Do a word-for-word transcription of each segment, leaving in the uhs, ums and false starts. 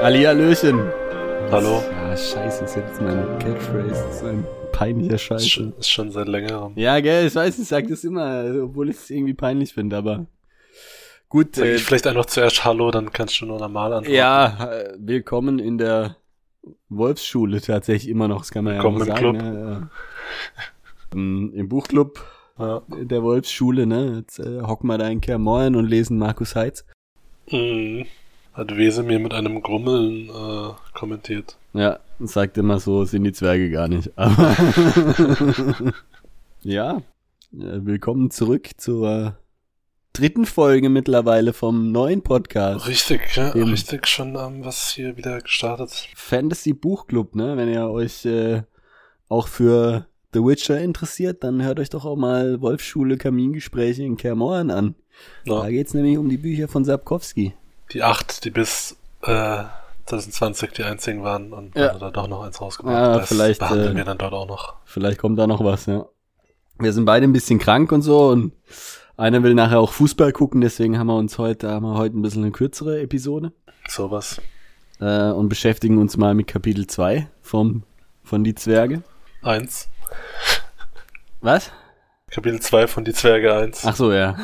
Hallihallöchen. Hallo. Ah, scheiße, ist jetzt meine Catchphrase. Das ist ein peinlicher Scheiß. Ist schon, ist schon seit längerem. Ja, gell, ich weiß, ich sag das immer, obwohl ich es irgendwie peinlich finde, aber gut. Sag äh, ich vielleicht einfach zuerst Hallo, dann kannst du nur normal antworten. Ja, äh, willkommen in der Wolfsschule tatsächlich immer noch, das kann man Willkommen ja auch im sagen. Ne? Ähm, Im Buchclub Ja. der Wolfsschule, ne? Jetzt äh, hocken wir da in Kermorn und lesen Markus Heitz. Mhm. Hat Wese mir mit einem Grummeln äh, kommentiert. Ja, und sagt immer so, sind die Zwerge gar nicht. Aber ja, äh, willkommen zurück zur dritten Folge mittlerweile vom neuen Podcast. Richtig, ja, Dem richtig schon ähm, was hier wieder gestartet. Fantasy Buchclub, ne? Wenn ihr euch äh, auch für The Witcher interessiert, dann hört euch doch auch mal Wolfsschule Kamingespräche in Kermorn an. Ja. Da geht's nämlich um die Bücher von Sapkowski. Die acht, die bis äh, zwanzig zwanzig die einzigen waren und Ja. dann hat er doch noch eins rausgebracht. Ja, das vielleicht, behandeln äh, wir dann dort auch noch. Vielleicht kommt da noch was, ja. Wir sind beide ein bisschen krank und so und einer will nachher auch Fußball gucken, deswegen haben wir uns heute, haben wir heute ein bisschen eine kürzere Episode Sowas. äh, und beschäftigen uns mal mit Kapitel zwei vom, von Die Zwerge. Eins. Was? Kapitel zwei von Die Zwerge eins. Ach so, ja.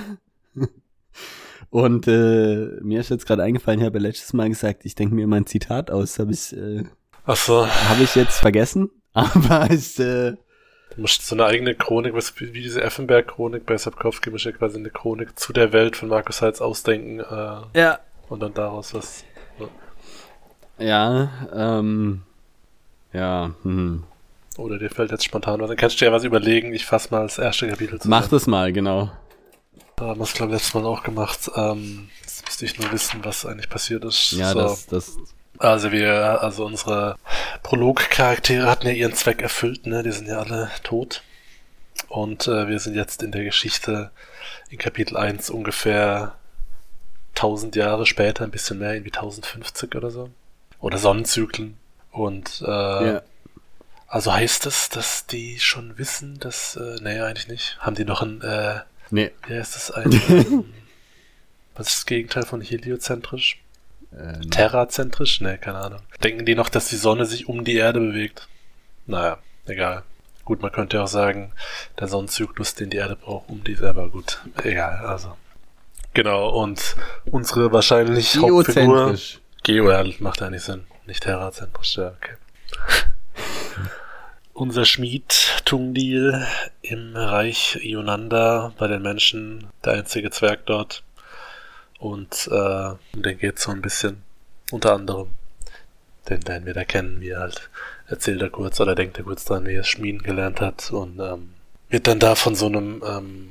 Und äh, mir ist jetzt gerade eingefallen, ich habe ja letztes Mal gesagt, ich denke mir immer ein Zitat aus, habe ich, äh, Ach so. hab ich jetzt vergessen, aber ich, äh, Du musst so eine eigene Chronik, was, wie diese Effenberg-Chronik bei Sapkowski, musst du ja quasi eine Chronik zu der Welt von Markus Heitz ausdenken äh, ja, und dann daraus was. Ja. ja, ähm, ja, hm. Oder dir fällt jetzt spontan was. Dann kannst du dir ja was überlegen. Ich fasse mal das erste Kapitel zusammen. Mach das mal, genau. Da haben wir es, glaube ich, letztes Mal auch gemacht. Ähm, jetzt müsste ich nur wissen, was eigentlich passiert ist. Ja, so. das, das, Also wir, also unsere Prolog-Charaktere hatten ja ihren Zweck erfüllt, ne? Die sind ja alle tot. Und äh, wir sind jetzt in der Geschichte in Kapitel eins ungefähr tausend Jahre später, ein bisschen mehr, irgendwie tausendfünfzig oder so. Oder Sonnenzyklen. Und äh, ja. also heißt das, dass die schon wissen, dass, äh, nee, eigentlich nicht. Haben die noch ein, äh, Nee. wie heißt das, ein, ähm, was ist das Gegenteil von heliozentrisch? Ähm, Terrazentrisch? Nee, keine Ahnung. Denken die noch, dass die Sonne sich um die Erde bewegt? Naja, egal. Gut, man könnte auch sagen, der Sonnenzyklus, den die Erde braucht, um die, aber gut, egal, also. Genau, und unsere wahrscheinlich Hauptfigur... Geozentrisch. Geo, ja, macht ja nicht Sinn. Nicht terrazentrisch, ja, okay. Unser Schmied Tungdil im Reich Ionanda bei den Menschen, der einzige Zwerg dort. Und äh, um den geht's so ein bisschen, unter anderem. Den werden wir da kennen, wie er halt erzählt er kurz oder denkt er kurz dran, wie er Schmieden gelernt hat und ähm, wird dann da von so einem ähm,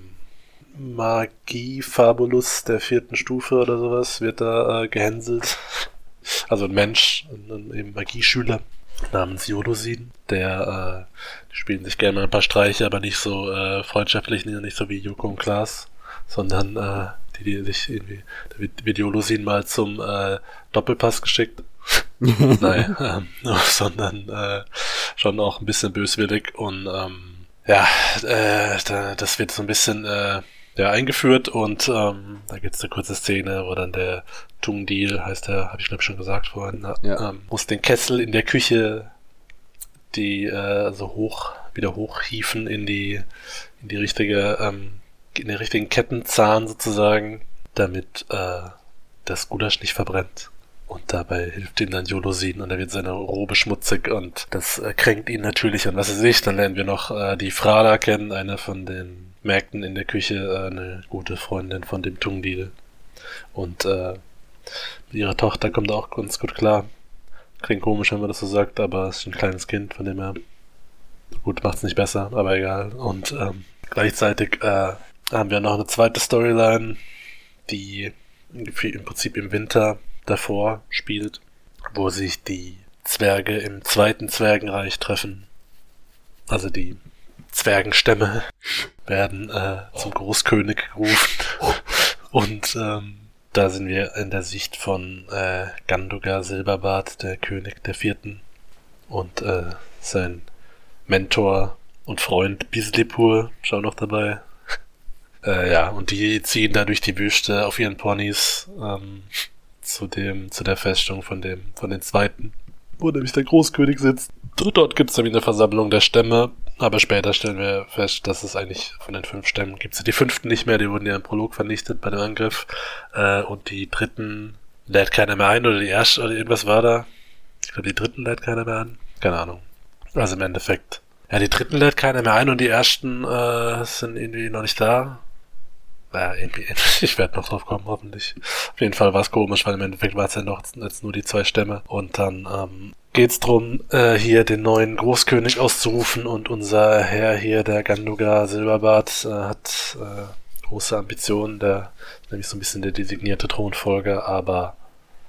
Magie-Fabulus der vierten Stufe oder sowas, wird da äh, gehänselt. Also ein Mensch, ein, ein eben Magieschüler namens Jolosin, der, äh, die spielen sich gerne mal ein paar Streiche, aber nicht so äh, freundschaftlich, nicht so wie Joko und Klaas, sondern äh, die, die sich irgendwie, da wird, wird Jolosin mal zum äh, Doppelpass geschickt. Nein, ähm, sondern äh, schon auch ein bisschen böswillig und ähm, ja, äh, da, das wird so ein bisschen äh, ja, eingeführt und ähm, da gibt's eine kurze Szene, wo dann der Tungdil, heißt der, habe ich glaube schon gesagt vorhin, Ja. ähm, muss den Kessel in der Küche die äh, so hoch, wieder hochhieven in die in die richtige, ähm, in den richtigen Kettenzahn sozusagen, damit äh, das Gulasch nicht verbrennt. Und dabei hilft ihm dann Jolosin und er wird seine Robe schmutzig und das äh, kränkt ihn natürlich. Und was weiß ich, dann lernen wir noch äh, die Frada kennen, eine von den Mägden in der Küche, äh, eine gute Freundin von dem Tungdil. Und äh, mit ihrer Tochter kommt er auch ganz gut klar. Klingt komisch, wenn man das so sagt, aber es ist ein kleines Kind, von dem er gut macht's nicht besser, aber egal. Und ähm, gleichzeitig äh, haben wir noch eine zweite Storyline, die im Prinzip im Winter davor spielt, wo sich die Zwerge im zweiten Zwergenreich treffen. Also die Zwergenstämme werden äh, zum Großkönig gerufen. Und ähm, da sind wir in der Sicht von äh, Gandogar Silberbart, der König der Vierten. Und äh, sein Mentor und Freund Bislipur ist auch noch dabei. Äh, ja, und die ziehen da durch die Wüste auf ihren Ponys. Ähm, zu dem, zu der Festung von dem, von den Zweiten, wo nämlich der Großkönig sitzt. Dort gibt es nämlich eine Versammlung der Stämme, aber später stellen wir fest, dass es eigentlich von den fünf Stämmen gibt es die fünften nicht mehr, die wurden ja im Prolog vernichtet bei dem Angriff, äh, und die dritten lädt keiner mehr ein, oder die erste, oder irgendwas war da. Ich glaube, die dritten lädt keiner mehr ein. Keine Ahnung. Also im Endeffekt. Ja, die dritten lädt keiner mehr ein und die ersten äh, sind irgendwie noch nicht da. Ja, irgendwie, ich werde noch drauf kommen, hoffentlich. Auf jeden Fall war es komisch, weil im Endeffekt war es ja noch jetzt nur die zwei Stämme. Und dann ähm, geht's drum, äh, hier den neuen Großkönig auszurufen, und unser Herr hier, der Gandugar Silberbart, äh, hat äh, große Ambitionen, der ist nämlich so ein bisschen der designierte Thronfolger, aber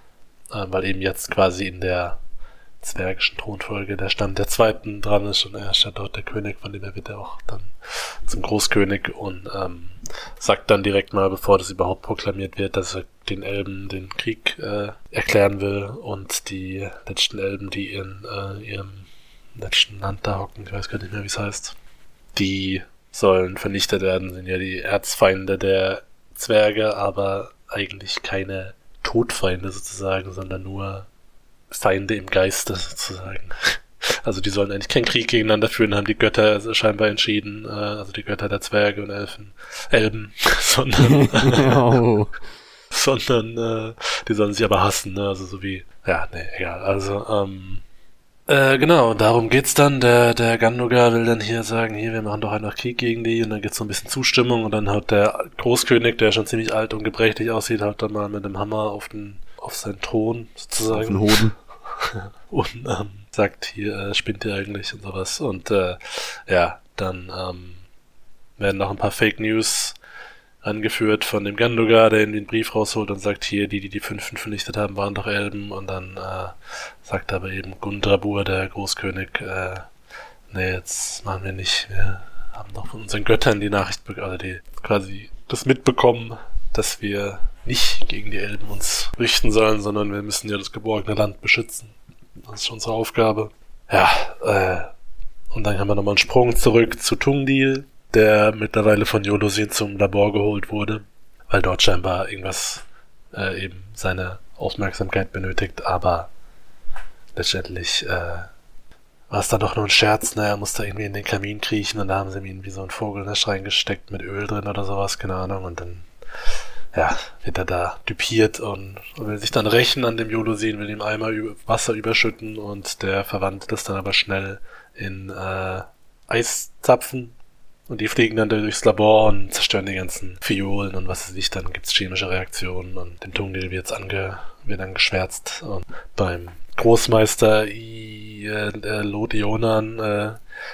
äh, weil eben jetzt quasi in der zwergischen Thronfolge der Stamm der Zweiten dran ist und er ist ja dort der König, von dem er wird er auch dann zum Großkönig und ähm, sagt dann direkt mal, bevor das überhaupt proklamiert wird, dass er den Elben den Krieg äh, erklären will, und die letzten Elben, die in äh, ihrem letzten Land da hocken, ich weiß gar nicht mehr, wie es heißt, die sollen vernichtet werden, sind ja die Erzfeinde der Zwerge, aber eigentlich keine Todfeinde sozusagen, sondern nur Feinde im Geiste sozusagen. Also die sollen eigentlich keinen Krieg gegeneinander führen, haben die Götter scheinbar entschieden, äh, also die Götter der Zwerge und Elfen, Elben, sondern Oh. sondern äh, die sollen sich aber hassen, ne? Also so wie, ja, ne, egal. Also, ähm, äh, genau, darum geht's dann. Der, der Gandugar will dann hier sagen, hier, wir machen doch einfach Krieg gegen die, und dann gibt's so ein bisschen Zustimmung, und dann haut der Großkönig, der schon ziemlich alt und gebrechlich aussieht, haut dann mal mit dem Hammer auf den, auf seinen Thron sozusagen. Auf den Hoden. Und ähm, sagt, hier, äh, spinnt ihr eigentlich und sowas. Und äh, ja, dann ähm, werden noch ein paar Fake News angeführt von dem Gandugar, der den Brief rausholt und sagt, hier, die, die die Fünften vernichtet haben, waren doch Elben. Und dann äh, sagt aber eben Gundrabur, der Großkönig, äh, nee, jetzt machen wir nicht. Wir haben doch von unseren Göttern die Nachricht, be- also die quasi das mitbekommen, dass wir nicht gegen die Elben uns richten sollen, sondern wir müssen ja das geborgene Land beschützen. Das ist unsere Aufgabe. Ja, äh, und dann haben wir nochmal einen Sprung zurück zu Tungdil, der mittlerweile von Yolosin zum Labor geholt wurde, weil dort scheinbar irgendwas äh, eben seine Aufmerksamkeit benötigt, aber letztendlich äh, war es dann doch nur ein Scherz, ne, er musste irgendwie in den Kamin kriechen, und da haben sie ihm irgendwie so ein Vogelnest reingesteckt mit Öl drin oder sowas, keine Ahnung, und dann ja, wird er da düpiert und, und will sich dann rächen an dem Yolosin, will ihm Eimer über Wasser überschütten, und der verwandelt das dann aber schnell in äh, Eiszapfen, und die fliegen dann durchs Labor und zerstören die ganzen Fiolen und was weiß ich, dann gibt's chemische Reaktionen, und dem Tungdil wird's ange, wird angeschwärzt, und beim Großmeister I, äh, äh, Lodionan, äh,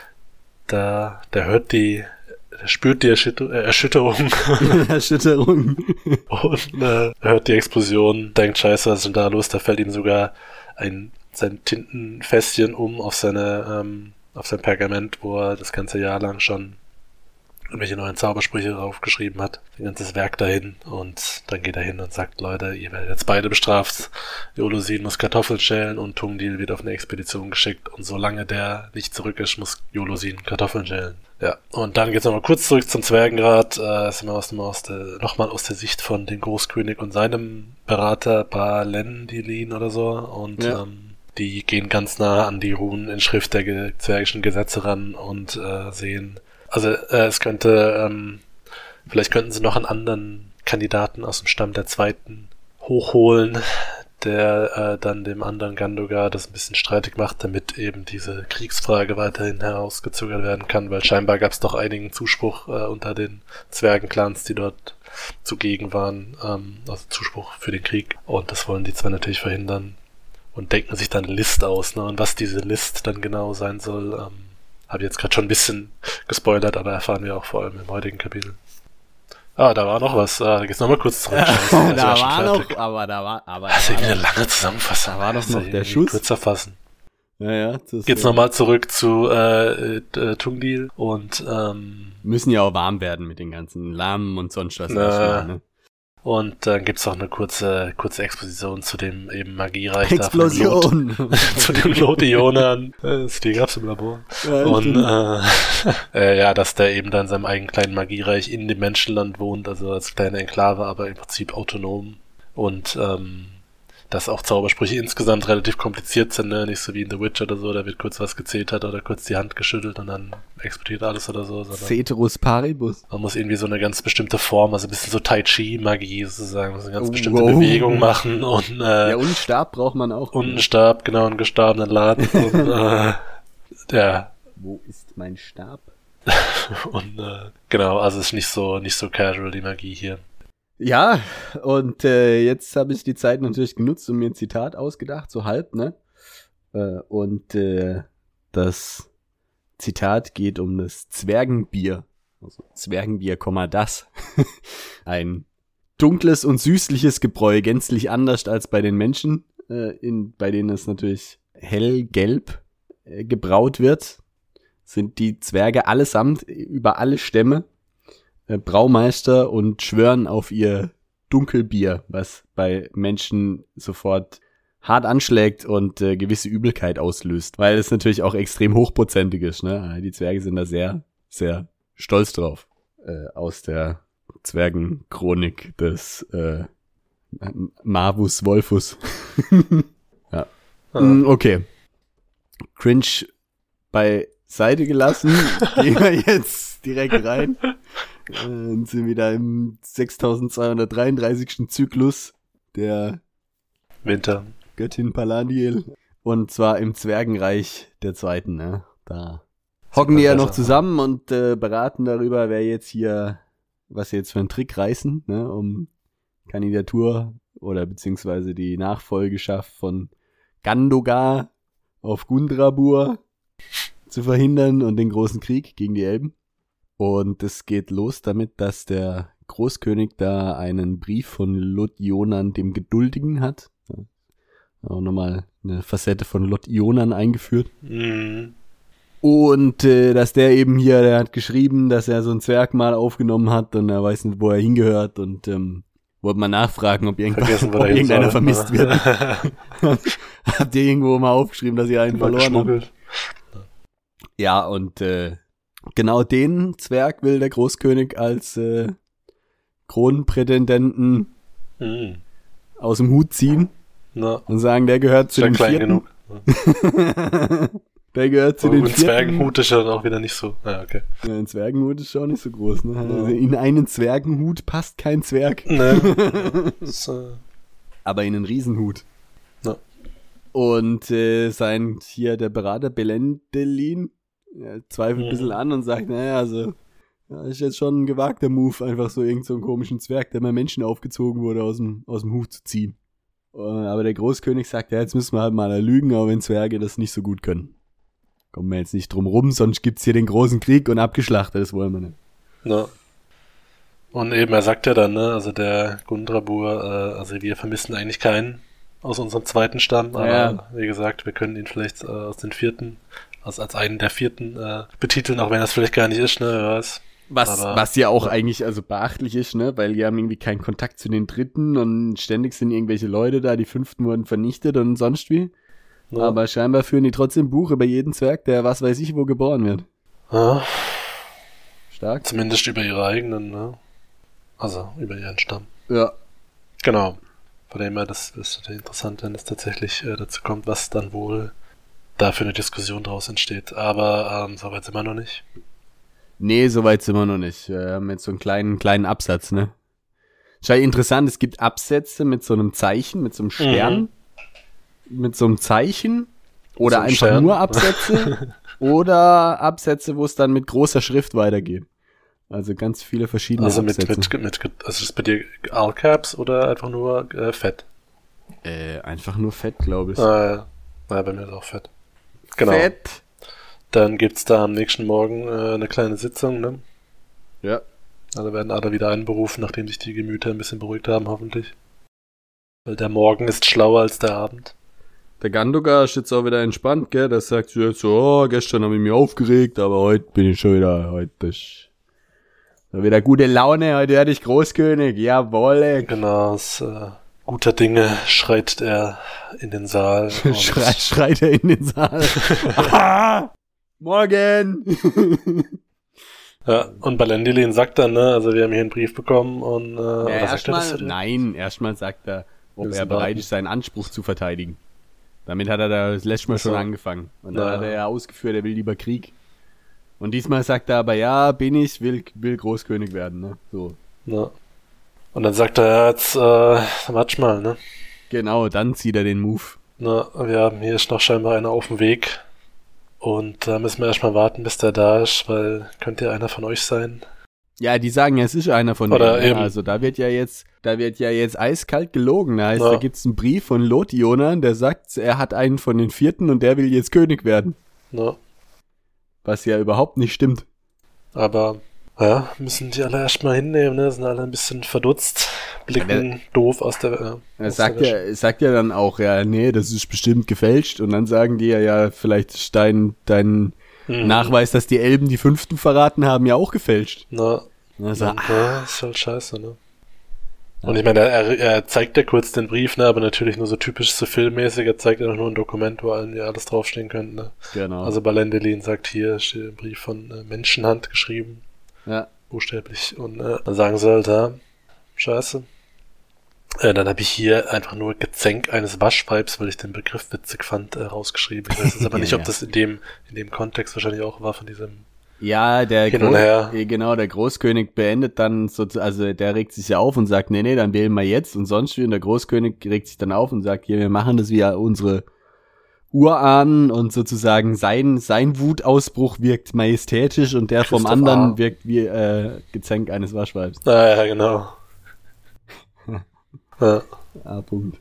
da, der hört die Er spürt die Erschütter- äh, Erschütterung Erschütterung. und äh, hört die Explosion, denkt, scheiße, was ist denn da los? Da fällt ihm sogar ein sein Tintenfässchen um auf seine ähm, auf sein Pergament, wo er das ganze Jahr lang schon irgendwelche neuen Zaubersprüche draufgeschrieben hat. Ein ganzes Werk dahin, und dann geht er hin und sagt, Leute, ihr werdet jetzt beide bestraft. Yolosin muss Kartoffeln schälen und Tungdil wird auf eine Expedition geschickt, und solange der nicht zurück ist, muss Yolosin Kartoffeln schälen. Ja, und dann geht's nochmal kurz zurück zum Zwergenrat. Äh, sind wir aus, aus der, nochmal aus der Sicht von dem Großkönig und seinem Berater Balendilin oder so, und Ja. ähm, die gehen ganz nah an die Runeninschrift der ge- zwergischen Gesetze ran und äh, sehen, also äh, es könnte, ähm, vielleicht könnten sie noch einen anderen Kandidaten aus dem Stamm der Zweiten hochholen, der äh, dann dem anderen Gandugar das ein bisschen streitig macht, damit eben diese Kriegsfrage weiterhin herausgezögert werden kann, weil scheinbar gab es doch einigen Zuspruch äh, unter den Zwergenclans, die dort zugegen waren, ähm, also Zuspruch für den Krieg, und das wollen die zwar natürlich verhindern und denken sich dann eine List aus, ne? Und was diese List dann genau sein soll, ähm, habe ich jetzt gerade schon ein bisschen gespoilert, aber erfahren wir auch vor allem im heutigen Kapitel. Ah, da war noch was. Ah, da geht's nochmal kurz zurück. Scheiße, da ist ja war schon noch, fertig. aber da war, aber Das ist da irgendwie war eine lange Zusammenfassung. Da war doch Das ist noch ja der irgendwie Schuss. Kürzer fassen. ja, ja, das, Geht's äh, nochmal zurück zu äh, äh, Tungdil und ähm, müssen ja auch warm werden mit den ganzen Lahmen und sonst was. Na, ne? und dann gibt's auch eine kurze kurze Exposition zu dem eben Magiereich da von dem Lot, Explosion. zu dem Lodionan. Das die gab's im Labor. Ja, Und stimmt. äh, äh, ja, dass der eben da in seinem eigenen kleinen Magiereich in dem Menschenland wohnt, also als kleine Enklave, aber im Prinzip autonom. Und ähm, dass auch Zaubersprüche insgesamt relativ kompliziert sind, ne? Nicht so wie in The Witcher oder so, da wird kurz was gezetert oder kurz die Hand geschüttelt und dann explodiert alles oder so. Ceteris Paribus. Man muss irgendwie so eine ganz bestimmte Form, also ein bisschen so Tai Chi-Magie sozusagen, muss eine ganz Oh, bestimmte wow. Bewegung machen und äh, Ja, und einen Stab braucht man auch. und einen Stab, genau, einen gestabenen Laden und äh, ja. Wo ist mein Stab? Und äh, genau, also es ist nicht so nicht so casual die Magie hier. Ja, und äh, jetzt habe ich die Zeit natürlich genutzt und mir ein Zitat ausgedacht, so halb, ne? Äh, und äh, das Zitat geht um das Zwergenbier. Also Zwergenbier, das. Ein dunkles und süßliches Gebräu, gänzlich anders als bei den Menschen, äh, in, bei denen es natürlich hellgelb äh, gebraut wird. Sind die Zwerge allesamt über alle Stämme äh, Braumeister und schwören auf ihr Dunkelbier, was bei Menschen sofort hart anschlägt und äh, gewisse Übelkeit auslöst, weil es natürlich auch extrem hochprozentig ist. Ne? Die Zwerge sind da sehr, sehr stolz drauf. Äh, aus der Zwergenchronik des äh, Marvus Wolfus. Ja. Ah. Mm, okay. Cringe bei Seite gelassen. Gehen wir jetzt direkt rein. Äh, und sind wieder im sechstausendzweihundertdreiunddreißigsten Zyklus der Winter. Göttin Paladiel. Und zwar im Zwergenreich der Zweiten. Ne? Da hocken die ja noch zusammen und äh, beraten darüber, wer jetzt hier, was sie jetzt für einen Trick reißen, ne? Um Kandidatur oder beziehungsweise die Nachfolgeschaft von Gandogar auf Gundrabur zu verhindern und den großen Krieg gegen die Elben. Und es geht los damit, dass der Großkönig da einen Brief von Lot Ionan dem Geduldigen hat. Ja, auch nochmal eine Facette von Lot Ionan eingeführt. Mhm. Und äh, dass der eben hier, der hat geschrieben, dass er so ein Zwerg mal aufgenommen hat und er weiß nicht, wo er hingehört und ähm, wollte mal nachfragen, ob, Vergessen, ob irgendeiner soll. vermisst wird. Habt ihr irgendwo mal aufgeschrieben, dass ihr einen verloren habt? Ja, und äh, genau den Zwerg will der Großkönig als äh, Kronprätendenten Mhm. aus dem Hut ziehen Na, und sagen, der gehört zu ist ja den klein vierten. genug. Der gehört zu Oh, den ein vierten. Zwergenhut ist ja auch wieder nicht so. Ja, okay. Ja, ein Zwergenhut ist schon nicht so groß, ne? Ja. Also in einen Zwergenhut passt kein Zwerg. Ne. Das, äh, Aber in einen Riesenhut. Ja. Und äh, sein hier der Berater Belendelin ja, zweifelt ein bisschen Mhm. an und sagt, naja, also ja, ist jetzt schon ein gewagter Move, einfach so irgend so einen komischen Zwerg, der mal Menschen aufgezogen wurde, aus dem, aus dem Hut zu ziehen. Äh, aber der Großkönig sagt, ja, jetzt müssen wir halt mal lügen, aber wenn Zwerge das nicht so gut können. Kommen wir jetzt nicht drum rum, sonst gibt's hier den großen Krieg und abgeschlachtet, das wollen wir nicht. na. Und eben, er sagt ja dann, ne, also der Gundrabur, äh, also wir vermissen eigentlich keinen aus unserem zweiten Stamm, aber Ja. wie gesagt, wir können ihn vielleicht äh, aus den vierten, als, als einen der vierten äh, betiteln, auch wenn das vielleicht gar nicht ist, ne, wer weiß. Was, Aber- was ja auch ja. eigentlich also beachtlich ist, ne, weil die haben irgendwie keinen Kontakt zu den Dritten und ständig sind irgendwelche Leute da, die Fünften wurden vernichtet und sonst wie. Ja. Aber scheinbar führen die trotzdem Buch über jeden Zwerg, der was weiß ich wo geboren wird. Ja, Stark. zumindest über ihre eigenen, ne? Also über ihren Stamm. Ja. Genau. Von dem her, das ist natürlich interessant, wenn es tatsächlich äh, dazu kommt, was dann wohl da für eine Diskussion draus entsteht. Aber ähm, so weit sind wir noch nicht. Nee, soweit sind wir noch nicht. Wir haben jetzt so einen kleinen, kleinen Absatz, ne? Scheint interessant, es gibt Absätze mit so einem Zeichen, mit so einem Stern, mit so einem Zeichen oder So einem einfach Stern. nur Absätze oder Absätze, wo es dann mit großer Schrift weitergeht. Also ganz viele verschiedene Also mit, Absätze. mit, mit, also ist bei dir All Caps oder einfach nur äh, Fett? Äh, einfach nur Fett, glaube ich. Äh, naja, bei mir ist auch Fett. Genau. Fett. Dann gibt's da am nächsten Morgen äh, eine kleine Sitzung, ne? Ja. Also werden alle wieder einberufen, nachdem sich die Gemüter ein bisschen beruhigt haben, hoffentlich. Weil der Morgen ist schlauer als der Abend. Der Gandogar ist jetzt auch wieder entspannt, gell? Das sagt jetzt so, oh, gestern habe ich mich aufgeregt, aber heute bin ich schon wieder, heute ist wieder gute Laune, heute werde ich Großkönig, jawolle. Genau, aus äh, guter Dinge schreit er in den Saal. und- Schrei, schreit er in den Saal. ah, morgen! Ja, und Balendilin sagt dann, ne, also wir haben hier einen Brief bekommen und äh, Ja, oder sagt er das erstmal, oder? nein, erstmal sagt er, ob müssen er bereit warten. ist, seinen Anspruch zu verteidigen. Damit hat er da das letzte Mal Ach so. schon angefangen. Und dann Ja. hat er ja ausgeführt, er will lieber Krieg. Und diesmal sagt er aber, ja, bin ich, will, will Großkönig werden, ne? So. Ja. Und dann sagt er, ja, jetzt, äh, warte mal, ne? Genau, dann zieht er den Move. Na, wir haben hier ist noch scheinbar einer auf dem Weg. Und da müssen wir erstmal warten, bis der da ist, weil könnte ja einer von euch sein. Ja, die sagen ja, es ist einer von Oder denen. eben. Also da wird ja jetzt, da wird ja jetzt eiskalt gelogen. Da heißt, Ja. da gibt's einen Brief von Lothionan, der sagt, er hat einen von den Vierten und der will jetzt König werden. Na, Was ja überhaupt nicht stimmt. aber, ja, müssen die alle erstmal hinnehmen, ne? Sind alle ein bisschen verdutzt, blicken doof aus der, äh, Er aus sagt der ja, er sagt ja dann auch, ja, nee, das ist bestimmt gefälscht. Und dann sagen die ja, ja, vielleicht ist dein, dein Mhm. Nachweis, dass die Elben die Fünften verraten haben, ja auch gefälscht. Na, Also, und, ja, ist halt scheiße, ne? Und ich meine, er, er zeigt ja kurz den Brief, ne, aber natürlich nur so typisch so filmmäßig, er zeigt ja nur ein Dokument, wo allen ja alles draufstehen könnte, ne? genau. Also Balendelin sagt, hier steht ein Brief von äh, Menschenhand geschrieben, ja. buchstäblich, und äh, dann sagen sie halt, ja, scheiße. Äh, dann habe ich hier einfach nur Gezänk eines Waschweibs, weil ich den Begriff witzig fand, äh, rausgeschrieben. Ich weiß jetzt aber Ja, nicht, ob ja. das in dem, in dem Kontext wahrscheinlich auch war von diesem. Ja, der, Hin und Gro- her. eh, genau, der Großkönig beendet dann so, also der regt sich ja auf und sagt, nee, nee, dann wählen wir jetzt und sonst wie. Und der Großkönig regt sich dann auf und sagt, hier, wir machen das wie unsere Urahnen und sozusagen sein, sein Wutausbruch wirkt majestätisch und der vom Christoph anderen A. wirkt wie äh, Gezänk eines Waschweibs. Ah, ja, genau. Ja. Ah, Punkt.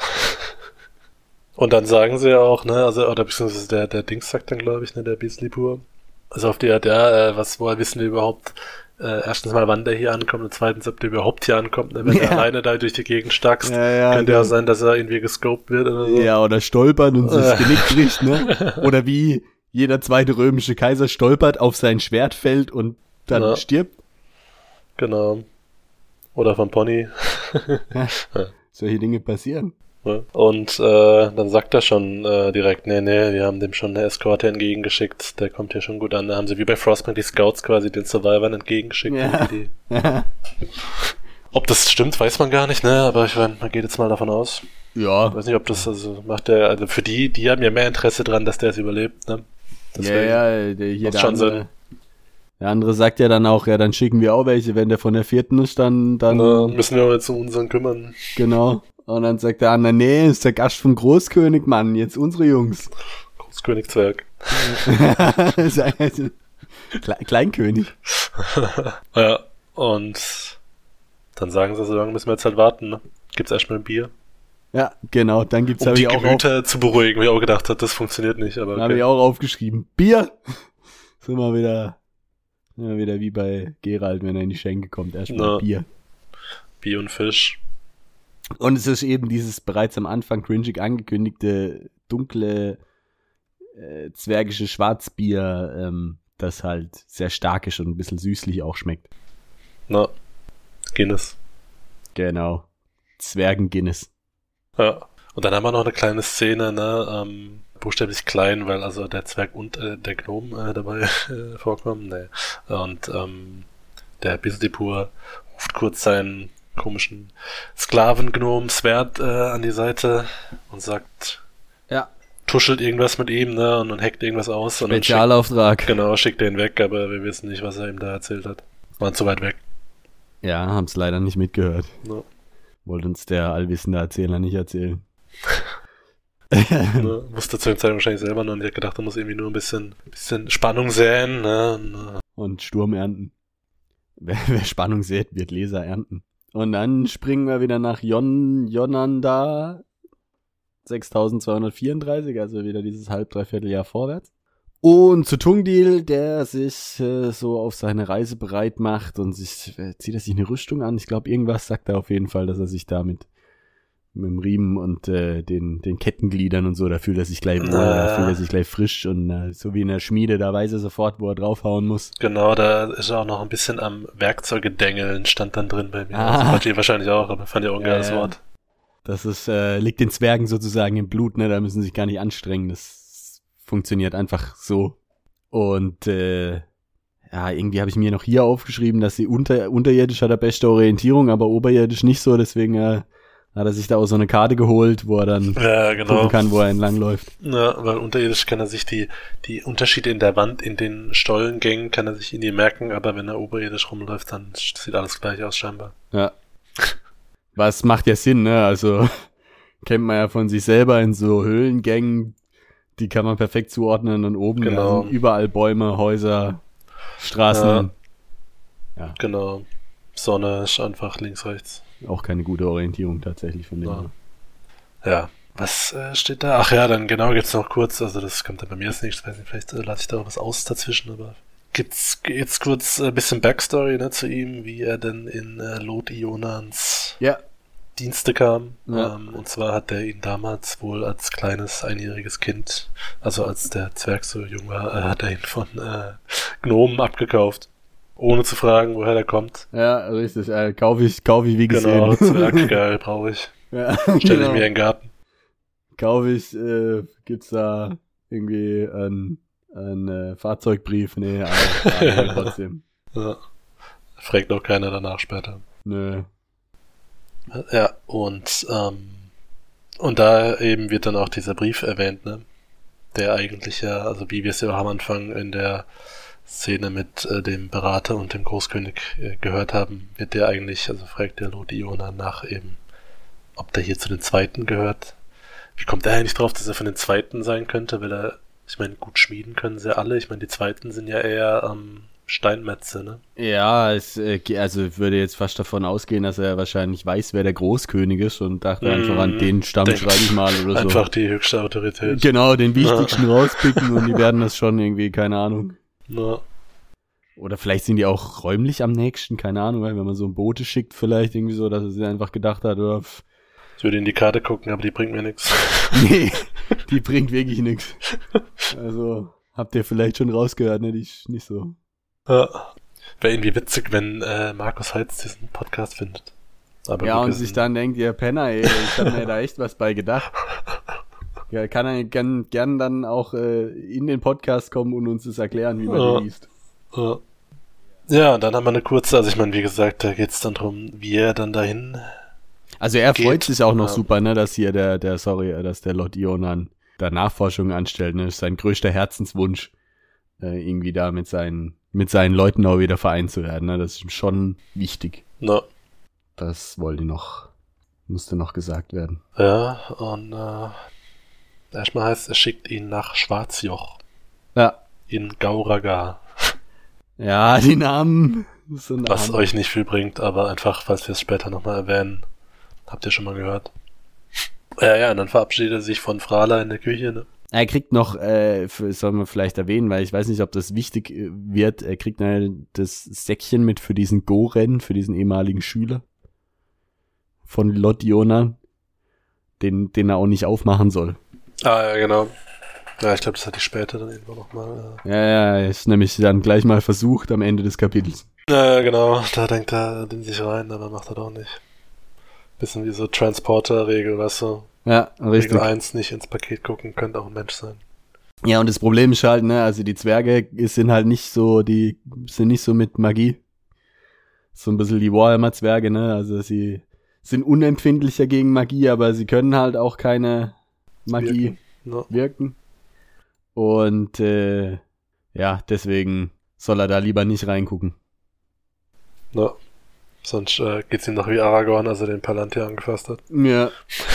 Und dann sagen sie ja auch, ne, also, oder beziehungsweise der, der Dings sagt dann, glaube ich, ne, der Beasley-Pur. Also auf die Art, ja, äh, was, woher wissen wir überhaupt, äh, erstens mal, wann der hier ankommt und zweitens, ob der überhaupt hier ankommt, ne, wenn Ja. der alleine da durch die Gegend stackst, Ja, ja, könnte ja genau. sein, dass er irgendwie gescoped wird oder so. Ja, oder stolpern und sich das Äh. Genick bricht, ne? Oder wie jeder zweite römische Kaiser stolpert, auf sein Schwert fällt und dann Ja. stirbt. Genau. Oder vom Pony. Solche Dinge passieren. Ja. Und äh, dann sagt er schon äh, direkt, nee, nee, wir haben dem schon eine Eskorte entgegengeschickt, der kommt hier schon gut an. Da haben sie wie bei Frostpunk die Scouts quasi den Survivern entgegengeschickt. Ja. Die, ob das stimmt, weiß man gar nicht, ne? Aber ich meine, man geht jetzt mal davon aus. Ja, Ich weiß nicht, ob das, also macht der, also für die, die haben ja mehr Interesse dran, dass der es überlebt, ne? ja, ja, der, hier macht der schon andere, der andere sagt ja dann auch, ja, dann schicken wir auch welche, wenn der von der vierten ist, dann, dann, Na, müssen wir uns um unseren kümmern. genau. Und dann sagt der andere, nee, ist der Gast vom Großkönig, Mann, jetzt unsere Jungs. Großkönigzwerg. Kle Kleinkönig. Ja, und dann sagen sie, so lange müssen wir jetzt halt warten, ne? Gibt's erstmal ein Bier. Ja, genau, dann gibt's, Um habe die ich auch auf, Gemüter zu beruhigen, weil ich auch gedacht habe, das funktioniert nicht, aber habe ich okay. auch aufgeschrieben, Bier. Sind wir wieder, sind wir wieder wie bei Gerald, wenn er in die Schenke kommt, erstmal Na. Bier. Bier und Fisch. Und es ist eben dieses bereits am Anfang cringig angekündigte dunkle äh, zwergische Schwarzbier, ähm, das halt sehr stark ist und ein bisschen süßlich auch schmeckt. Na, Guinness. Genau. Zwergen-Guinness. Ja. Und dann haben wir noch eine kleine Szene, ne, ähm, buchstäblich klein, weil also der Zwerg und äh, der Gnom äh, dabei äh, vorkommen. Nee. Und ähm, der Beasley-Pur ruft kurz seinen komischen Sklavengnom Sverd äh, an die Seite und sagt, Ja. tuschelt irgendwas mit ihm, ne, und, und hackt irgendwas aus. Und dann schickt, Spezialauftrag. genau, schickt den weg, aber wir wissen nicht, was er ihm da erzählt hat. Waren zu weit weg. Ja, haben's leider nicht mitgehört. Ne. Wollte uns der allwissende Erzähler nicht erzählen. Ne, wusste zu dem Zeitpunkt wahrscheinlich selber noch und ich hab gedacht, da muss irgendwie nur ein bisschen, bisschen Spannung säen, ne, und, Und Sturm ernten. Wer, wer Spannung sät, wird Leser ernten. Und dann springen wir wieder nach Jon, Jonanda sechstausendzweihundertvierunddreißig, also wieder dieses halb, dreiviertel Jahr vorwärts. Und zu Tungdil, der sich äh, so auf seine Reise bereit macht und sich, äh, zieht er sich eine Rüstung an? Ich glaube, irgendwas sagt er auf jeden Fall, dass er sich damit mit dem Riemen und äh, den, den Kettengliedern und so, da fühlt er sich gleich wohl, da Ja. fühlt er sich gleich frisch und äh, so wie in der Schmiede, da weiß er sofort, wo er draufhauen muss. genau, da ist er auch noch ein bisschen am Werkzeugedengeln, stand dann drin bei mir. Ah. Also Patrick wahrscheinlich auch, aber fand ich auch ein Ja, geiles ja. Wort. Das ist, äh, liegt den Zwergen sozusagen im Blut, ne? Da müssen sie sich gar nicht anstrengen. Das funktioniert einfach so. Und äh, ja, irgendwie habe ich mir noch hier aufgeschrieben, dass sie unter, unterirdisch hat der beste Orientierung, aber oberirdisch nicht so. Deswegen äh, hat er sich da auch so eine Karte geholt, wo er dann Ja, genau. gucken kann, wo er entlangläuft. Ja, weil unterirdisch kann er sich die, die Unterschiede in der Wand, in den Stollengängen, kann er sich in die merken, aber wenn er oberirdisch rumläuft, dann sieht alles gleich aus scheinbar. Ja. Was macht ja Sinn, ne? Also kennt man ja von sich selber in so Höhlengängen, die kann man perfekt zuordnen und oben Genau. da sind überall Bäume, Häuser, Straßen. Ja. Genau. Sonne ist einfach links, rechts. Auch keine gute Orientierung tatsächlich von dem. Ja. Ja. Was äh, steht da? Ach ja, dann genau gibt's noch kurz, also das kommt dann bei mir als nächstes, weiß nicht, vielleicht äh, lasse ich da auch was aus dazwischen, aber gibt's jetzt kurz ein äh, bisschen Backstory, ne, zu ihm, wie er denn in äh, Lot-Ionans Ja. Dienste kam. Ja. Ähm, und zwar hat er ihn damals wohl als kleines, einjähriges Kind, also als der Zwerg so jung war, äh, hat er ihn von äh, Gnomen abgekauft. Ohne zu fragen, woher der kommt. Ja, richtig. Äh, kaufe ich, kaufe ich wie gesehen. Genau, Zwerg, geil, brauche ich. Ja, Stell genau. ich mir in den Garten. Kaufe ich, äh, gibt's da irgendwie einen, einen äh, Fahrzeugbrief? Nee, aber, aber trotzdem. Ja. Fragt auch keiner danach später. Nö. Ja, und ähm, und da eben wird dann auch dieser Brief erwähnt, ne? Der eigentlich ja, also wie wir es ja auch am Anfang in der Szene mit äh, dem Berater und dem Großkönig äh, gehört haben, wird der eigentlich, also fragt der Lot-Iona nach eben, ob der hier zu den Zweiten gehört. Wie kommt er eigentlich drauf, dass er von den Zweiten sein könnte? Weil er, ich meine, gut schmieden können sie alle. Ich meine, die Zweiten sind ja eher ähm, Steinmetze, ne? Ja, es, äh, ge- also ich würde jetzt fast davon ausgehen, dass er wahrscheinlich weiß, wer der Großkönig ist und dachte Mm, einfach an den Stamm denkt schreibe ich mal oder so. Einfach die höchste Autorität. Genau, den wichtigsten rauspicken und die werden das schon irgendwie, keine Ahnung. Ja. Oder vielleicht sind die auch räumlich am nächsten, keine Ahnung, weil wenn man so ein Boote schickt, vielleicht irgendwie so, dass er sich einfach gedacht hat, oder, pff, Ich würde in die Karte gucken, aber die bringt mir nichts. nee, die bringt wirklich nichts. Also, habt ihr vielleicht schon rausgehört, ne? Die ist nicht so. Ja. Wäre irgendwie witzig, wenn äh, Markus Heitz diesen Podcast findet. Aber Ja, gut, und wir sich sind- dann denkt, ihr Penner, ey, ich hab mir da echt was bei gedacht. Ja, kann er gern, gern dann auch äh, in den Podcast kommen und uns das erklären, wie man Ja. den liest. Ja. Ja, und dann haben wir eine kurze, also ich meine, wie gesagt, da geht's dann drum, wie er dann dahin. Also er Geht. freut sich auch noch Ja. super, ne, dass hier der, der, sorry, äh, dass der Lord Ionan da Nachforschungen anstellt, ne, das ist sein größter Herzenswunsch, äh, irgendwie da mit seinen, mit seinen Leuten auch wieder vereint zu werden, ne, das ist ihm schon wichtig. Na, Das wollte noch, musste noch gesagt werden. ja, und äh, erstmal heißt, er schickt ihn nach Schwarzjoch Ja. in Gauraga, Ja, die Namen sind was Namen. euch nicht viel bringt, aber einfach, falls wir es später nochmal erwähnen, habt ihr schon mal gehört. Ja, ja, und dann verabschiedet er sich von Frala in der Küche, ne? Er kriegt noch, äh, für, sollen wir vielleicht erwähnen, weil ich weiß nicht, ob das wichtig äh, wird, er kriegt äh, das Säckchen mit für diesen Go-Rennen, für diesen ehemaligen Schüler von Lord Ionan, den, den er auch nicht aufmachen soll. Ah, ja, genau. Ja, ich glaube, das hatte ich später dann irgendwo nochmal. Ja, ja, ist nämlich dann gleich mal versucht am Ende des Kapitels. Äh. Ja, genau, da denkt er in sich rein, aber macht er doch nicht. Bisschen wie so Transporter-Regel, weißt du? Ja, richtig. Regel eins, nicht ins Paket gucken, könnte auch ein Mensch sein. Ja, und das Problem ist halt, ne, also die Zwerge sind halt nicht so, die sind nicht so mit Magie. So ein bisschen die Warhammer-Zwerge, ne, also sie sind unempfindlicher gegen Magie, aber sie können halt auch keine Magie Ja. wirken. Und, äh, ja, deswegen soll er da lieber nicht reingucken. Ja. Sonst äh, geht's ihm noch wie Aragorn, als er den Palantir angefasst hat. Ja.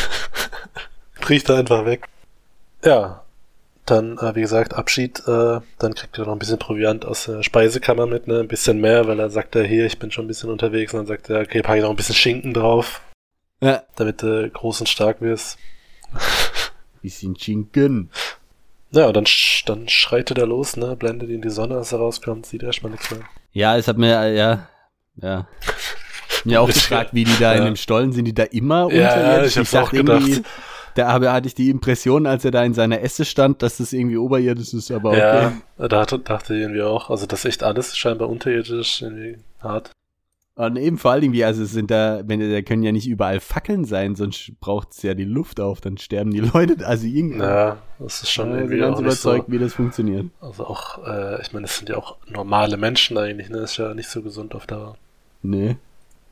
Kriecht er einfach weg. Ja. Dann, äh, wie gesagt, Abschied. Äh, dann kriegt er noch ein bisschen Proviant aus der Speisekammer mit, ne? Ein bisschen mehr, weil er sagt, er hier, ich bin schon ein bisschen unterwegs. Und dann sagt er, okay, pack ich noch ein bisschen Schinken drauf, Ja. damit du groß und stark wirst. Bisschen Schinken. Ja, und dann, sch dann schreitet er los, ne? Blendet ihn die Sonne, als er rauskommt, sieht erstmal nichts mehr. Ja, es hat mir, äh, ja, ja. Mir auch gefragt, wie die da in Ja. dem Stollen, sind die da immer Ja, unterirdisch? ich hab's dachte auch gedacht. irgendwie, Da habe, hatte ich die Impression, als er da in seiner Esse stand, dass das irgendwie oberirdisch ist, aber okay. Ja, da hatte, dachte ich irgendwie auch. Also das ist echt alles scheinbar unterirdisch, irgendwie hart. Und eben vor allen Dingen, wie, also es sind da, wenn da können ja nicht überall Fackeln sein, sonst braucht es ja die Luft auf, dann sterben die Leute. Also irgendwie. Ja, das ist schon Ja, ich bin irgendwie ganz auch nicht überzeugt, so. wie das funktioniert. Also auch, äh, ich meine, das sind ja auch normale Menschen eigentlich, ne? Ist ja nicht so gesund auf Dauer. Nee.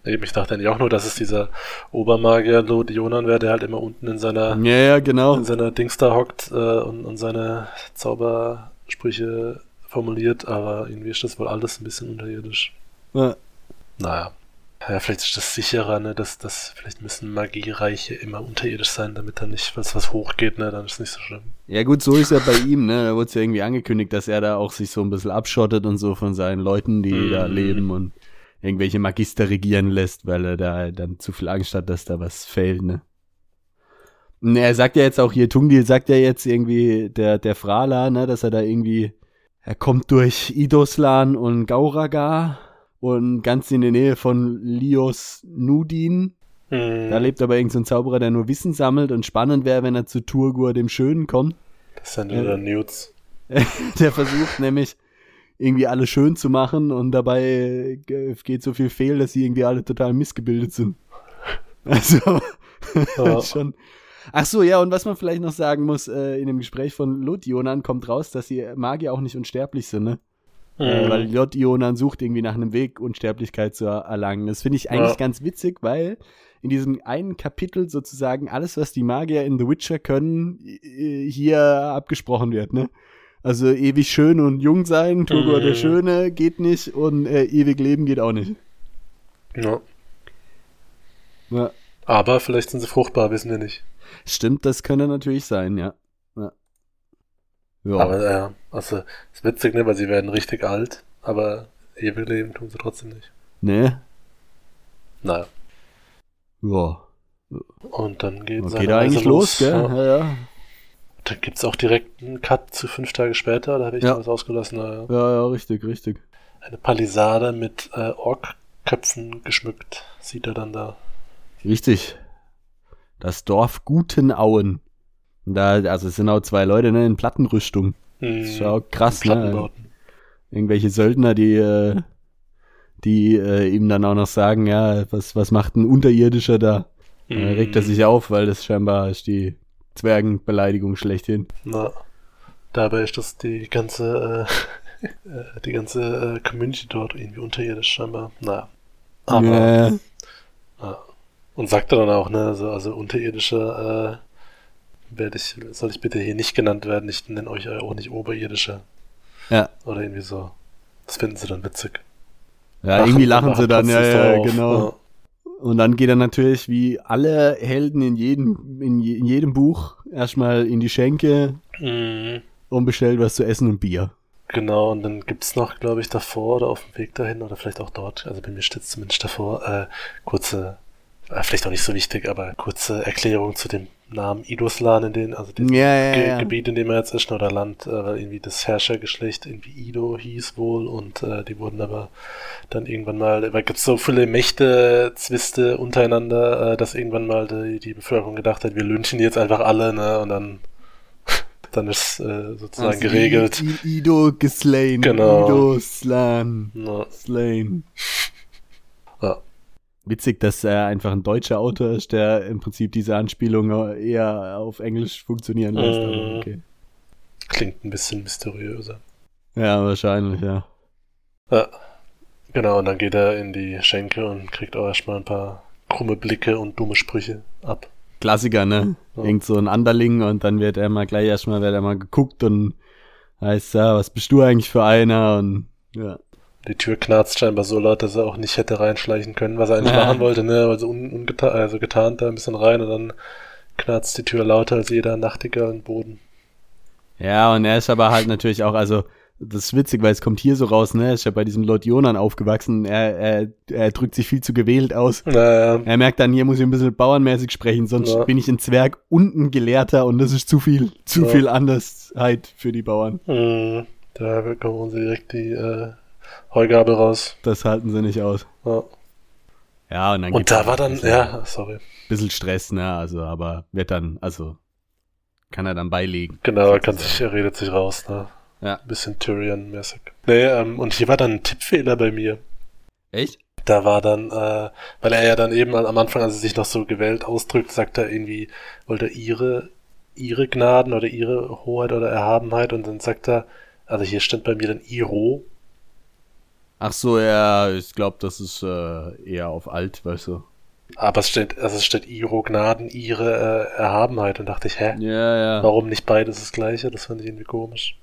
Eben, ich dachte eigentlich auch nur, dass es dieser Obermagier Lord Jonan wäre, der halt immer unten in seiner Ja, ja, genau. in seiner Dings da hockt äh, und, und seine Zaubersprüche formuliert, aber irgendwie ist das wohl alles ein bisschen unterirdisch. Ja. Naja. Ja, vielleicht ist das sicherer, ne, dass das, vielleicht müssen Magiereiche immer unterirdisch sein, damit dann nicht, falls was hochgeht, ne, dann ist es nicht so schlimm. Ja gut, so ist ja bei ihm, ne, da wurde es ja irgendwie angekündigt, dass er da auch sich so ein bisschen abschottet und so von seinen Leuten, die Mhm. da leben und irgendwelche Magister regieren lässt, weil er da dann zu viel Angst hat, dass da was fällt, ne. Und er sagt ja jetzt auch hier, Tungdil sagt ja jetzt irgendwie, der, der Frala, ne, dass er da irgendwie, er kommt durch Idoslan und Gauragar und ganz in der Nähe von Lios Nudin. Mhm. Da lebt aber irgend so ein Zauberer, der nur Wissen sammelt und spannend wäre, wenn er zu Turgur dem Schönen kommt. Das sind wieder Ja. Newts. Der versucht nämlich irgendwie alles schön zu machen und dabei äh, geht so viel fehl, dass sie irgendwie alle total missgebildet sind. Also, Ja. schon. Ach so, ja, und was man vielleicht noch sagen muss, äh, in dem Gespräch von Lot-Ionan kommt raus, dass die Magier auch nicht unsterblich sind, ne? Äh, Mhm. weil Lot-Ionan sucht irgendwie nach einem Weg, Unsterblichkeit zu er- erlangen. Das finde ich eigentlich Ja. ganz witzig, weil in diesem einen Kapitel sozusagen alles, was die Magier in The Witcher können, äh, hier abgesprochen wird, ne? Also ewig schön und jung sein, Turgur Mhm. der Schöne geht nicht und äh, ewig leben geht auch nicht. Ja. Ja. Aber vielleicht sind sie fruchtbar, wissen wir nicht. Stimmt, das könnte natürlich sein, ja. Ja. Ja. Aber ja, also ist witzig, ne, weil sie werden richtig alt, aber ewig leben tun sie trotzdem nicht. Ne? Naja. Ja. Und dann geht Okay, seine da eigentlich Reise los, gell? Ja. Ja, ja. Da gibt's auch direkt einen Cut zu fünf Tage später, da habe ich Ja. noch was ausgelassen. Naja. Ja, ja, richtig, richtig. Eine Palisade mit äh, Orkköpfen geschmückt, sieht er dann da. Richtig. Das Dorf Gutenauen. Und da, also es sind auch zwei Leute, ne, in Plattenrüstung. Das ist ja auch krass, ne? Plattenbauten. Irgendwelche Söldner, die, äh, die äh, ihm dann auch noch sagen, ja, was, was macht ein Unterirdischer da? Da regt er sich auf, weil das scheinbar ist die Zwergenbeleidigung schlechthin. Na, dabei ist das die ganze, äh, äh, die ganze äh, Community dort irgendwie unterirdisch scheinbar. Naja. Aber, Ja, ja. Und sagt er dann auch, ne, also, also unterirdische, äh, werde ich, soll ich bitte hier nicht genannt werden, ich nenne euch auch nicht oberirdische. ja. Oder irgendwie so. Das finden sie dann witzig. Ja, irgendwie lachen sie dann, ja, plötzlich ja, drauf. genau. Und dann geht er natürlich, wie alle Helden in jedem, in, je, in jedem Buch, erstmal in die Schenke Ja. Mhm. und bestellt was zu essen und Bier. Genau, und dann gibt's noch, glaube ich, davor oder auf dem Weg dahin oder vielleicht auch dort, also bei mir steht's zumindest davor, äh, kurze, äh, vielleicht auch nicht so wichtig, aber kurze Erklärung zu dem Namen Idoslan, in den, also dem Ja, ja, Ge ja. Gebiet, in dem er jetzt ist, oder Land, äh, weil irgendwie das Herrschergeschlecht irgendwie Ido hieß wohl und äh, die wurden aber dann irgendwann mal, weil gibt's so viele Mächte-Zwiste untereinander, äh, dass irgendwann mal die, die Bevölkerung gedacht hat, wir lynchen die jetzt einfach alle, ne, und dann dann ist äh, sozusagen Also geregelt. I, I, Ido geslain. Genau. Ido slan. Na, Slain. ja. Witzig, dass er einfach ein deutscher Autor ist, der im Prinzip diese Anspielung eher auf Englisch funktionieren lässt. Mhm. Aber okay. Klingt ein bisschen mysteriöser. Ja, wahrscheinlich, ja. Ja, genau, und dann geht er in die Schenke und kriegt auch erstmal ein paar krumme Blicke und dumme Sprüche ab. Klassiker, ne? Ja. Irgend so ein Anderling und dann wird er mal gleich erstmal, wird er mal geguckt und heißt, ja, was bist du eigentlich für einer? Und ja. Die Tür knarzt scheinbar so laut, dass er auch nicht hätte reinschleichen können, was er eigentlich Ja. machen wollte, ne? Also un ungeta also getarnt da ein bisschen rein und dann knarzt die Tür lauter als jeder Nachtigall im Boden. Ja, und er ist aber halt natürlich auch, also, das ist witzig, weil es kommt hier so raus, ne? Er ist ja bei diesem Lord Jonan aufgewachsen. Er, er, er drückt sich viel zu gewählt aus. Naja, Er merkt dann, hier muss ich ein bisschen bauernmäßig sprechen, sonst Ja. bin ich ein Zwerg und ein Gelehrter und das ist zu viel, zu Ja. viel Andersheit für die Bauern. mh, da bekommen sie direkt die äh, Heugabel raus. Das halten sie nicht aus. Ja. Ja, und dann Und gibt's da auch war ein dann, bisschen, ja, sorry. bisschen Stress, ne? Also, aber wird dann, also, kann er dann beilegen. Genau, er kann sozusagen. sich, er redet sich raus, ne? Ja. Bisschen Tyrion-mäßig. Nee, ähm, und hier war dann ein Tippfehler bei mir. Echt? Da war dann, äh, weil er ja dann eben am Anfang, als er sich noch so gewählt ausdrückt, sagt er irgendwie, wollte er ihre, ihre Gnaden oder ihre Hoheit oder Erhabenheit und dann sagt er, also hier stand bei mir dann Iro. Ach so, ja, ich glaube, das ist äh, eher auf alt, weißt du. Aber es steht, also es steht Iro Gnaden, ihre äh, Erhabenheit. Und dachte ich, hä? Ja, ja. Warum nicht beides das Gleiche? Das fand ich irgendwie komisch.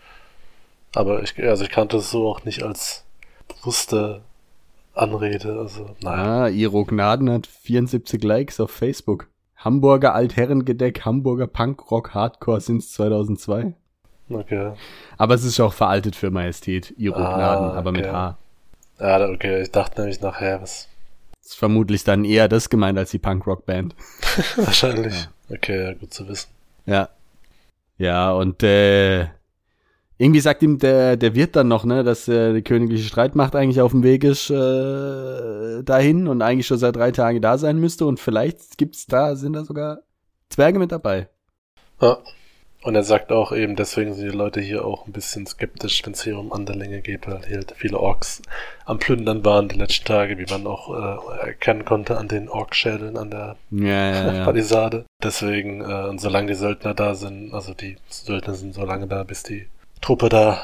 Aber ich, also ich kannte es so auch nicht als bewusste Anrede. Also, naja. Ah, Iro Gnaden hat vierundsiebzig Likes auf Facebook. Hamburger Altherrengedeck, Hamburger Punkrock Hardcore since zweitausendzwei. Okay. Aber es ist auch veraltet für Majestät, Iro Ah, Gnaden, aber okay. mit H. Ja, okay. Ich dachte nämlich nachher, was. Ist vermutlich dann eher das gemeint als die Punkrock-Band. Wahrscheinlich. Ja. Okay, ja, gut zu wissen. Ja. Ja, und äh, irgendwie sagt ihm der, der Wirt dann noch, ne, dass äh, die königliche Streitmacht eigentlich auf dem Weg ist äh, dahin und eigentlich schon seit drei Tagen da sein müsste und vielleicht gibt's da, sind da sogar Zwerge mit dabei. Ja. Und er sagt auch eben, deswegen sind die Leute hier auch ein bisschen skeptisch, wenn es hier um Anderlinge geht, weil hier halt viele Orks am Plündern waren die letzten Tage, wie man auch äh, erkennen konnte an den Orkschädeln an der Ja, ja, ja. Palisade. Deswegen, äh, und solange die Söldner da sind, also die Söldner sind so lange da, bis die Truppe da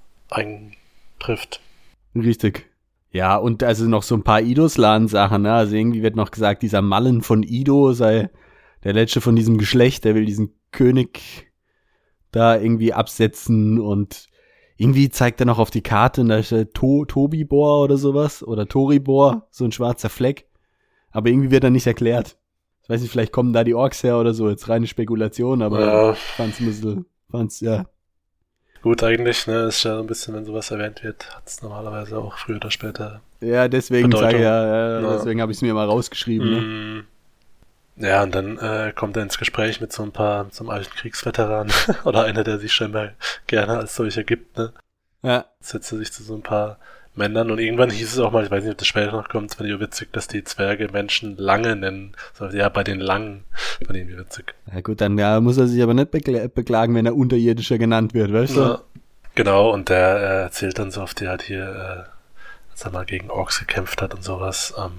eintrifft. Richtig. Ja, und also noch so ein paar Idoslan-Sachen, ne? Also irgendwie wird noch gesagt, dieser Mallen von Ido sei der letzte von diesem Geschlecht, der will diesen König da irgendwie absetzen und irgendwie zeigt er noch auf die Karte, und da ist der to- Tobibor oder sowas, oder Toribor, so ein schwarzer Fleck. Aber irgendwie wird er nicht erklärt. Ich weiß nicht, vielleicht kommen da die Orks her oder so, jetzt reine Spekulation, aber Ja. ich fand's ein bisschen, fand's, ja. Gut eigentlich, ne, ist ja so ein bisschen, wenn sowas erwähnt wird, hat es normalerweise auch früher oder später. Ja, deswegen Bedeutung. sage ich ja, ja, Ja. deswegen habe ich es mir mal rausgeschrieben, ne? Mm. Ja, und dann äh, kommt er ins Gespräch mit so ein paar, mit so einem alten Kriegsveteran oder einer, der sich scheinbar gerne als solcher gibt, ne? Ja. Setzt er sich zu so ein paar Männern und irgendwann hieß es auch mal, ich weiß nicht, ob das später noch kommt, das fand ich auch witzig, dass die Zwerge Menschen Lange nennen. So, ja, bei den Langen, fand ich irgendwie witzig. Ja gut, dann ja, muss er sich aber nicht bekla- beklagen, wenn er Unterirdischer genannt wird, weißt du? Ja, genau, und der äh, erzählt dann so oft, der hat hier, äh, als er mal gegen Orks gekämpft hat und sowas, ähm,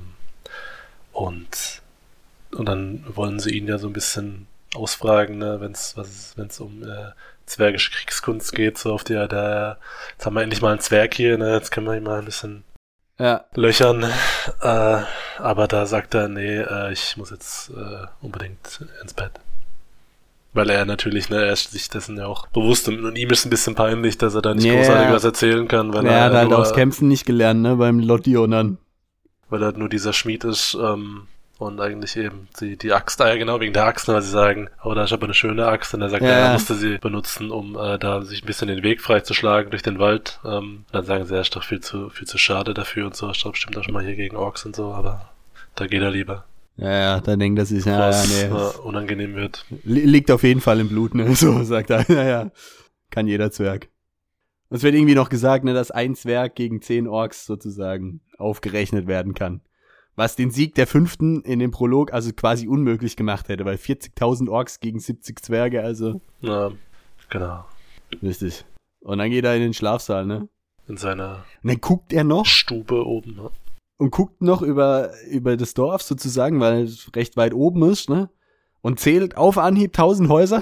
und Und dann wollen sie ihn ja so ein bisschen ausfragen, ne, wenn es wenn's um äh, zwergische Kriegskunst geht, so auf der, der, jetzt haben wir endlich mal einen Zwerg hier, ne, jetzt können wir ihn mal ein bisschen Ja. löchern. Äh, aber da sagt er, nee, äh, ich muss jetzt äh, unbedingt ins Bett. Weil er natürlich, ne, er ist sich dessen ja auch bewusst und, und ihm ist ein bisschen peinlich, dass er da nicht Yeah. großartig was erzählen kann, weil er er hat halt nur, aufs Kämpfen nicht gelernt, ne, beim Lottionern. weil er nur dieser Schmied ist, ähm, und eigentlich eben die, die Axt, ah ja genau, wegen der Axt, weil sie sagen, oh, da ist aber eine schöne Axt, und er sagt, Ja. ja, er musste sie benutzen, um äh, da sich ein bisschen den Weg freizuschlagen durch den Wald. Ähm, dann sagen sie, er ist doch viel zu, viel zu schade dafür und so, ich glaube bestimmt auch schon mal hier gegen Orks und so, aber da geht er lieber, Ja, ja, da denkt er sich, ja, ja, was nee, äh, unangenehm wird. li- liegt auf jeden Fall im Blut, ne, so sagt er, ja, ja, kann jeder Zwerg. Es wird irgendwie noch gesagt, ne, dass ein Zwerg gegen zehn Orks sozusagen aufgerechnet werden kann. Was den Sieg der Fünften in dem Prolog also quasi unmöglich gemacht hätte, weil vierzigtausend Orks gegen siebzig Zwerge, also Ja, genau. richtig. Und dann geht er in den Schlafsaal, ne? In seiner Und dann guckt er noch Stube oben. Ne? und guckt noch über, über das Dorf sozusagen, weil es recht weit oben ist, ne? Und zählt auf Anhieb tausend Häuser.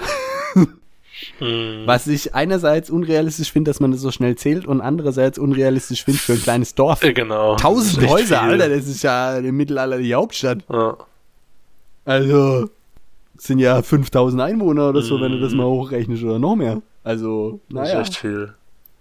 Hm. Was ich einerseits unrealistisch finde, dass man das so schnell zählt, und andererseits unrealistisch finde für ein kleines Dorf. Äh, genau. Tausend Das ist echt Häuser, viel. Alter, das ist ja im Mittelalter die Hauptstadt. Ja. Also, das sind ja fünftausend Einwohner oder so, Mhm. wenn du das mal hochrechnest, oder noch mehr. Also, Das naja, ist echt viel.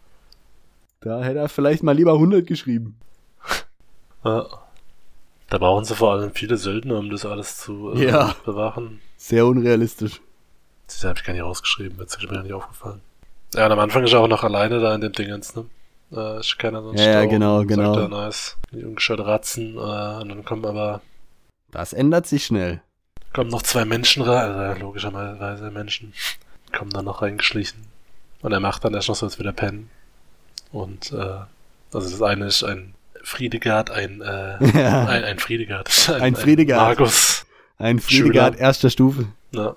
da hätte er vielleicht mal lieber hundert geschrieben. Ja. Da brauchen sie vor allem viele Söldner, um das alles zu äh, Ja. bewachen. Sehr unrealistisch. Das habe ich gar nicht rausgeschrieben, jetzt ist mir gar nicht aufgefallen. Ja, und am Anfang ist er auch noch alleine da in dem Dingens, ne? Äh, ist keiner sonst Ja, ja, da oben. genau, Sagt genau. Er, nice. Die ungescheuerte Ratzen, äh, und dann kommen aber, Das ändert sich schnell. kommen noch zwei Menschen rein, also logischerweise Menschen, kommen dann noch reingeschlichen. Und er macht dann erst noch so, als wieder pennen. Und, äh, also das eine ist ein Friedegard, ein, äh, Ja. ein, ein Friedegard. Ein Friedegard. Magus. Ein Friedegard erster Stufe. Ja.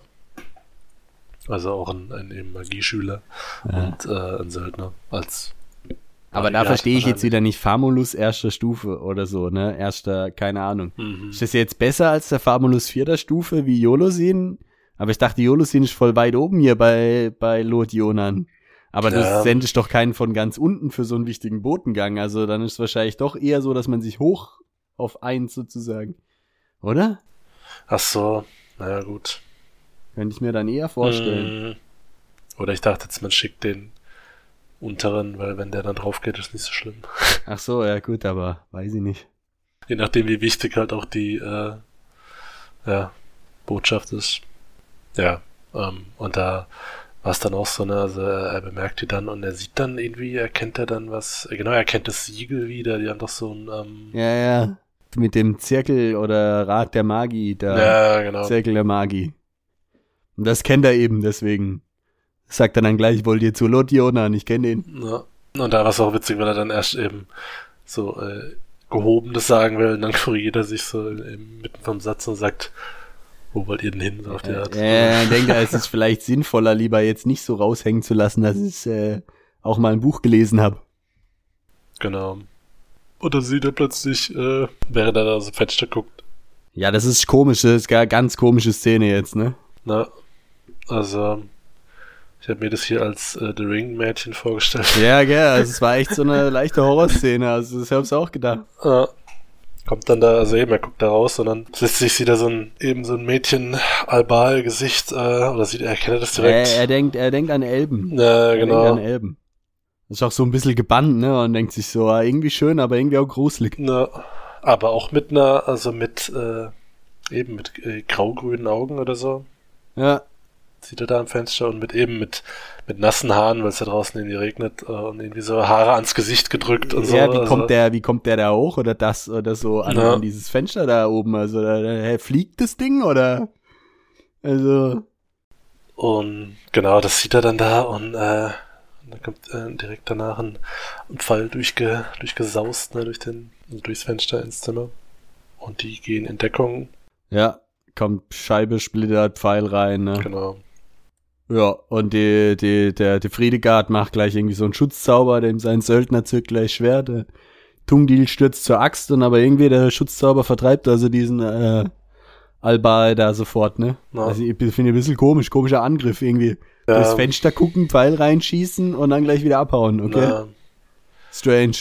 Also auch ein, ein eben Magieschüler Ja. und äh, ein Söldner als Aber da Bodyguard verstehe ich jetzt wahrscheinlich. wieder nicht Famulus erster Stufe oder so, ne? Erster, keine Ahnung. Mhm. Ist das jetzt besser als der Famulus vierter Stufe wie Jolosin? Aber ich dachte, Jolosin ist voll weit oben hier bei, bei Lotionan. Aber du Ja. sendest doch keinen von ganz unten für so einen wichtigen Botengang. Also dann ist es wahrscheinlich doch eher so, dass man sich hoch auf eins sozusagen. Oder? Ach so, naja, gut. Könnte ich mir dann eher vorstellen. Mm. Oder ich dachte jetzt, man schickt den unteren, weil wenn der dann drauf geht, ist nicht so schlimm. Ach so, ja gut, aber weiß ich nicht. Je nachdem, wie wichtig halt auch die äh, ja, Botschaft ist. Ja, ähm, und da war es dann auch so, ne, also er, er bemerkt die dann und er sieht dann irgendwie, erkennt er dann was, genau, er kennt das Siegel wieder, die haben doch so ein, ähm, Ja, ja. Mit dem Zirkel oder Rad der Magie, der ja, genau. Zirkel der Magie. Und das kennt er eben, deswegen sagt er dann gleich, wollt ihr zu Lotjonan, ich kenne den. Ja. Und da war es auch witzig, weil er dann erst eben so äh, Gehobenes sagen will und dann korrigiert er sich so im, mitten vom Satz und sagt, wo wollt ihr denn hin, so auf die Art. Ja, er denkt, es ist vielleicht sinnvoller, lieber jetzt nicht so raushängen zu lassen, dass ich äh, auch mal ein Buch gelesen habe. Genau. Und dann sieht er plötzlich, äh, während er da aus dem Fenster guckt. Ja, das ist komisch, das ist gar ganz komische Szene jetzt, ne? Na, also, ich habe mir das hier als äh, The Ring-Mädchen vorgestellt. Ja, gell, also es war echt so eine leichte Horrorszene, also das hab's auch gedacht. Ja. Kommt dann da, also eben, er guckt da raus und dann plötzlich sieht er so ein, eben so ein Mädchen-Albal-Gesicht, äh, oder sieht er, erkennt er das direkt. Er, er denkt, er denkt an Elben. Ja, Er genau. denkt an Elben. Ist auch so ein bisschen gebannt, ne? Und denkt sich so, ah, irgendwie schön, aber irgendwie auch gruselig. Na, aber auch mit einer, also mit, äh, eben mit äh, grau-grünen Augen oder so. Ja, Sieht er da am Fenster und mit eben mit, mit nassen Haaren, weil es da draußen irgendwie regnet, äh, und irgendwie so Haare ans Gesicht gedrückt und so. ja wie also, kommt der, wie kommt der da hoch oder das oder so an, Ja. an dieses Fenster da oben? Also, da, da, hä, fliegt das Ding oder? Also, Und genau, das sieht er dann da und, äh, und dann kommt äh, direkt danach ein, ein Pfeil durchge, durchgesaust, ne, durch den, also durchs Fenster ins Zimmer. Und die gehen in Deckung, ja, kommt Scheibe, splittert, Pfeil rein, ne? genau. Ja, und die, die, der, der Friedegard macht gleich irgendwie so einen Schutzzauber, dem sein Söldner zückt gleich Schwert. Der Tungdil stürzt zur Axt und aber irgendwie der Schutzzauber vertreibt also diesen äh, Albal da sofort, ne? Ja. Also ich finde ein bisschen komisch, komischer Angriff irgendwie. Ja. Durchs Fenster gucken, Pfeil reinschießen und dann gleich wieder abhauen, okay? Na, Strange.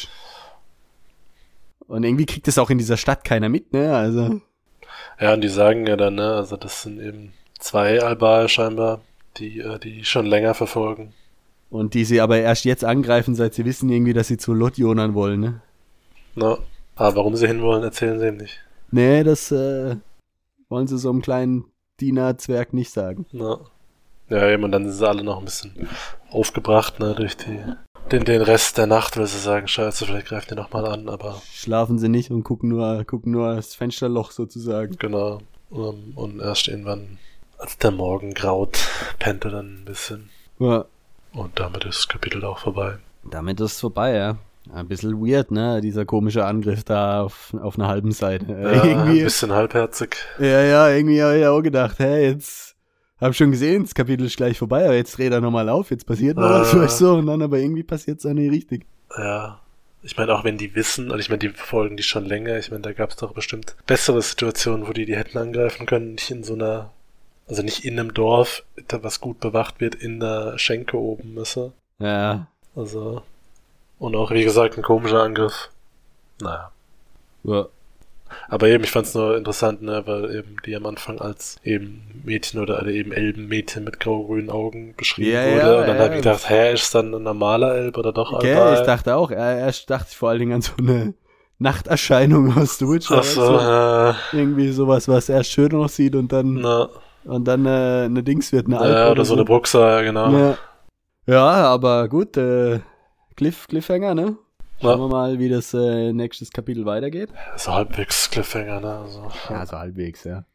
Und irgendwie kriegt das auch in dieser Stadt keiner mit, ne? Also, ja, und die sagen ja dann, ne, also das sind eben zwei Albal scheinbar, die, äh, die schon länger verfolgen. und die sie aber erst jetzt angreifen, seit sie wissen irgendwie, dass sie zu Lotjonan wollen, ne? Na, aber warum sie hinwollen, erzählen sie ihm nicht. Nee, das äh, wollen sie so einem kleinen Diener-Zwerg nicht sagen. Na. Ja, eben, und dann sind sie alle noch ein bisschen aufgebracht, ne, durch die, den, den Rest der Nacht, weil sie sagen, scheiße, vielleicht greifen die nochmal an, aber Schlafen sie nicht und gucken nur, gucken nur das Fensterloch sozusagen. genau. Um, und erst irgendwann, als der Morgen graut, pennt er dann ein bisschen. Ja. Und damit ist das Kapitel auch vorbei. Damit ist es vorbei, ja. Ein bisschen weird, ne? Dieser komische Angriff da auf, auf einer halben Seite. Äh, Ja, ein irgendwie, bisschen halbherzig. ja, ja, irgendwie habe ich auch gedacht, hä, jetzt hab schon gesehen, das Kapitel ist gleich vorbei, aber jetzt dreht er nochmal auf, jetzt passiert noch Äh. was, weißt du, und dann aber irgendwie passiert es auch nicht richtig. Ja. Ich meine, auch wenn die wissen, und ich meine, die verfolgen die schon länger, ich meine, da gab es doch bestimmt bessere Situationen, wo die die hätten angreifen können, nicht in so einer, also nicht in einem Dorf, da was gut bewacht wird, in der Schenke oben, weißt du? Ja, Also, und auch, wie gesagt, ein komischer Angriff. Naja. ja. Aber eben, ich fand's nur interessant, ne, weil eben die am Anfang als eben Mädchen oder also eben Elbenmädchen mit grau-grünen Augen beschrieben Ja, wurde. ja, und dann ja. hab ich gedacht, hä, ist dann ein normaler Elb oder doch Okay, Albal? ich dachte auch, er- erst dachte ich vor allen Dingen an so eine Nachterscheinung aus The Witcher. Ach so, äh, Irgendwie sowas, was erst schön aussieht und dann na, und dann äh, eine Dings wird, eine ja, Alp oder so eine Bruxa, genau. Ja. ja, aber gut, äh, Cliff, Cliffhanger, ne? Schauen wir mal, wie das äh, nächstes Kapitel weitergeht. So halbwegs Cliffhanger, ne, also. Ja, so halbwegs, ja.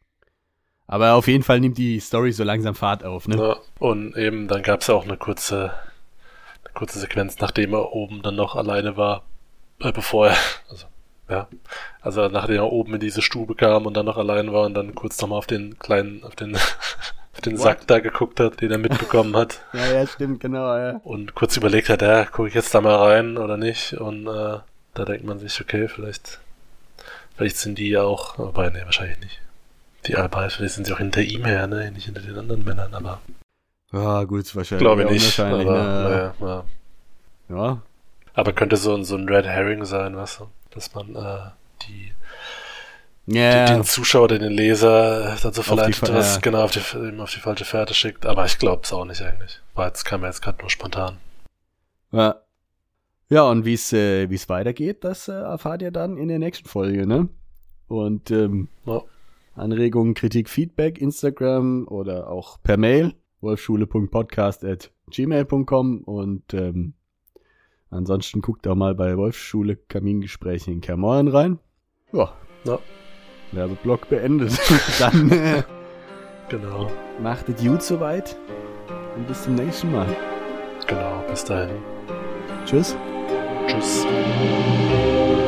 Aber auf jeden Fall nimmt die Story so langsam Fahrt auf, ne? Ja, und eben, dann gab's ja auch eine kurze, eine kurze Sequenz, nachdem er oben dann noch alleine war, äh, bevor er, also, ja, also nachdem er oben in diese Stube kam und dann noch allein war und dann kurz nochmal auf den kleinen, auf den, auf den What? Sack da geguckt hat, den er mitbekommen hat Ja, ja, stimmt, genau, ja. und kurz überlegt hat, ja, gucke ich jetzt da mal rein oder nicht und äh, da denkt man sich, okay, vielleicht, vielleicht sind die ja auch, wobei, nee, wahrscheinlich nicht. Die Albal, vielleicht sind sie auch hinter ihm her, ne, nicht hinter den anderen Männern, aber Ja, gut, wahrscheinlich. Glaube ich nicht. Aber, ne? naja, ja. Ja. Aber könnte so ein, so ein Red Herring sein, weißt du? Dass man äh, die, Yeah. die den Zuschauer, den Leser dann so verleitet, die, was ja. genau auf die, auf die falsche Fährte schickt. Aber ich glaube es auch nicht eigentlich. Weil jetzt kam mir jetzt gerade nur spontan. Ja. Ja, und wie es äh, wie es weitergeht, das äh, erfahrt ihr dann in der nächsten Folge, ne? Und ähm, Ja. Anregungen, Kritik, Feedback, Instagram oder auch per Mail, wolfschule punkt podcast at gmail punkt com und ähm, ansonsten guckt auch mal bei Wolfschule Kamingespräche in Kermoren rein. Ja. Ja. Werbeblock beendet. Dann äh, Genau. macht es gut soweit und bis zum nächsten Mal. Genau, bis dahin. Tschüss. Tschüss.